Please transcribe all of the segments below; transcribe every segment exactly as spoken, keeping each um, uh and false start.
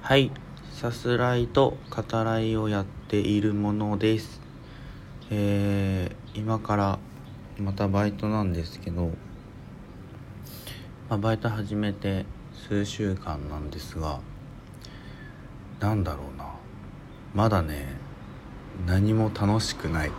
はい、さすらいと語らいをやっているものです。えー、今からまたバイトなんですけど、まあ、バイト始めて数週間なんですが、なんだろうな、まだね、何も楽しくない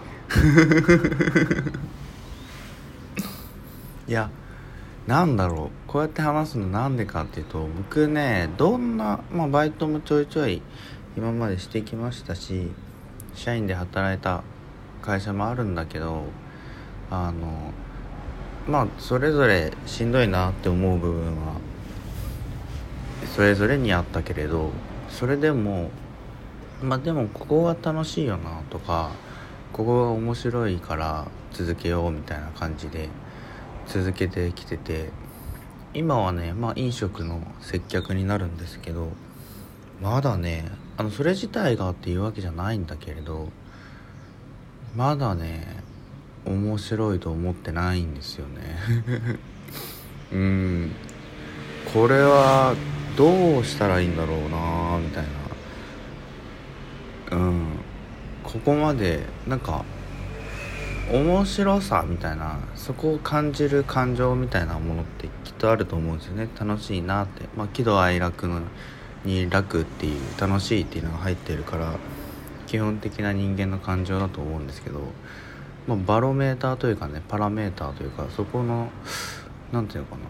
いや、なんだろう、こうやって話すのなんでかっていうと、僕ね、どんな、まあ、バイトもちょいちょい今までしてきましたし、社員で働いた会社もあるんだけど、あのまあそれぞれしんどいなって思う部分はそれぞれにあったけれど、それでもまあでもここが楽しいよなとか、ここが面白いから続けようみたいな感じで続けてきてて、今はね、まあ飲食の接客になるんですけど、まだね、あのそれ自体がっていうわけじゃないんだけれど、まだね面白いと思ってないんですよねうーんこれはどうしたらいいんだろうなみたいな。うんここまでなんか面白さみたいな、そこを感じる感情みたいなものってきっとあると思うんですよね。楽しいなって、まあ喜怒哀楽のに楽っていう、楽しいっていうのが入ってるから基本的な人間の感情だと思うんですけど、まあ、バロメーターというかね、パラメーターというか、そこのなんていうのか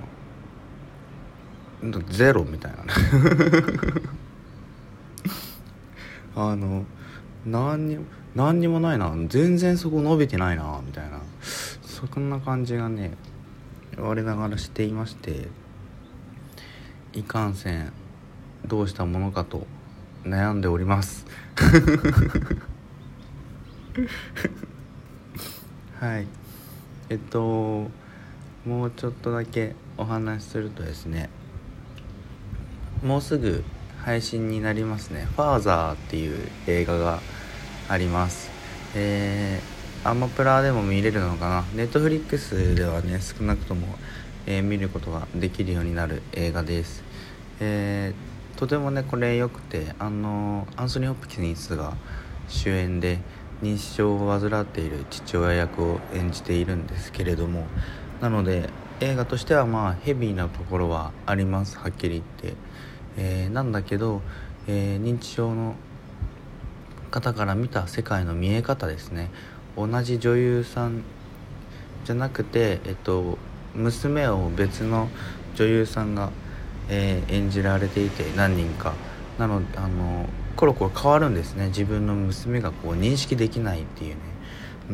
な、ゼロみたいなねあの何にも何にもないな、全然そこ伸びてないなみたいな、そんな感じがね我ながらしていまして、いかんせんどうしたものかと悩んでおりますはいえっともうちょっとだけお話しするとですね、もうすぐ配信になりますね。ファーザーっていう映画があります。えー、アマプラでも見れるのかな、ネットフリックスではね少なくとも、えー、見ることができるようになる映画です。えー、とてもねこれ良くて、あのアンソニー・ホプキンスが主演で認知症を患っている父親役を演じているんですけれども、なので映画としてはまあヘビーなところはあります、はっきり言って。えー、なんだけど、えー、認知症の方から見た世界の見え方ですね。同じ女優さんじゃなくて、えっと、娘を別の女優さんが、えー、演じられていて、何人かなのあのコロコロ変わるんですね。自分の娘がこう認識できないっていうね、うん、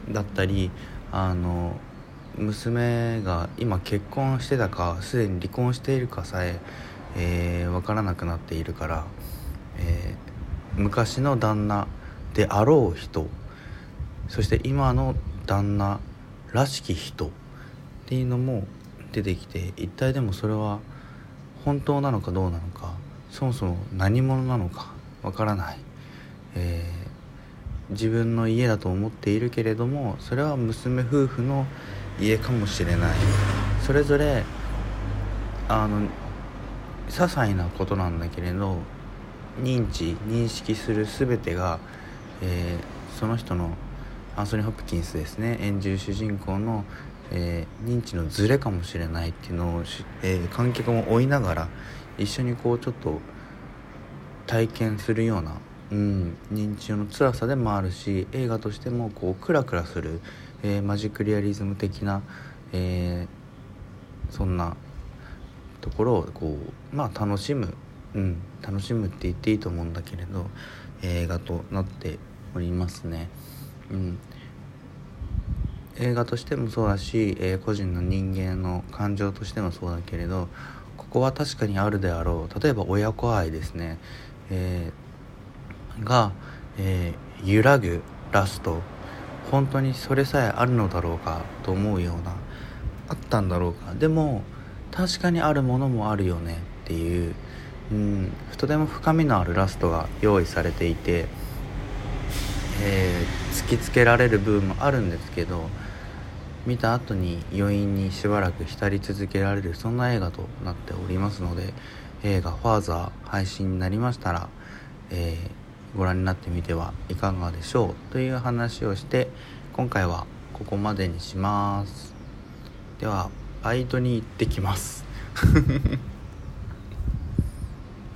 だったり、あの娘が今結婚してたかすでに離婚しているかさええー、分からなくなっているから、えー、昔の旦那であろう人、そして今の旦那らしき人っていうのも出てきて、一体でもそれは本当なのかどうなのか、そもそも何者なのか分からない、えー、自分の家だと思っているけれども、それは娘夫婦の家かもしれない。それぞれあの些細なことなんだけれど、認知認識する全てが、えー、その人のアンソニー・ホプキンスですね演じる主人公の、えー、認知のズレかもしれないっていうのを、えー、観客も追いながら一緒にこうちょっと体験するような、うん、認知症の辛さでもあるし、映画としてもこうクラクラする、えー、マジックリアリズム的な、えー、そんなところをこうまあ楽しむ、うん、楽しむって言っていいと思うんだけれど、映画となっておりますね。うん、映画としてもそうだし、えー、個人の人間の感情としてもそうだけれど、ここは確かにあるであろう。例えば親子愛ですね、えー、が、えー、揺らぐラスト、本当にそれさえあるのだろうかと思うような、あったんだろうか、でも確かにあるものもあるよねっていう、うん、とても深みのあるラストが用意されていて、えー、突きつけられる部分もあるんですけど、見た後に余韻にしばらく浸り続けられる、そんな映画となっておりますので、 映画ファーザー配信になりましたら、えー、ご覧になってみてはいかがでしょうという話をして、今回はここまでにします。ではバイトに行ってきます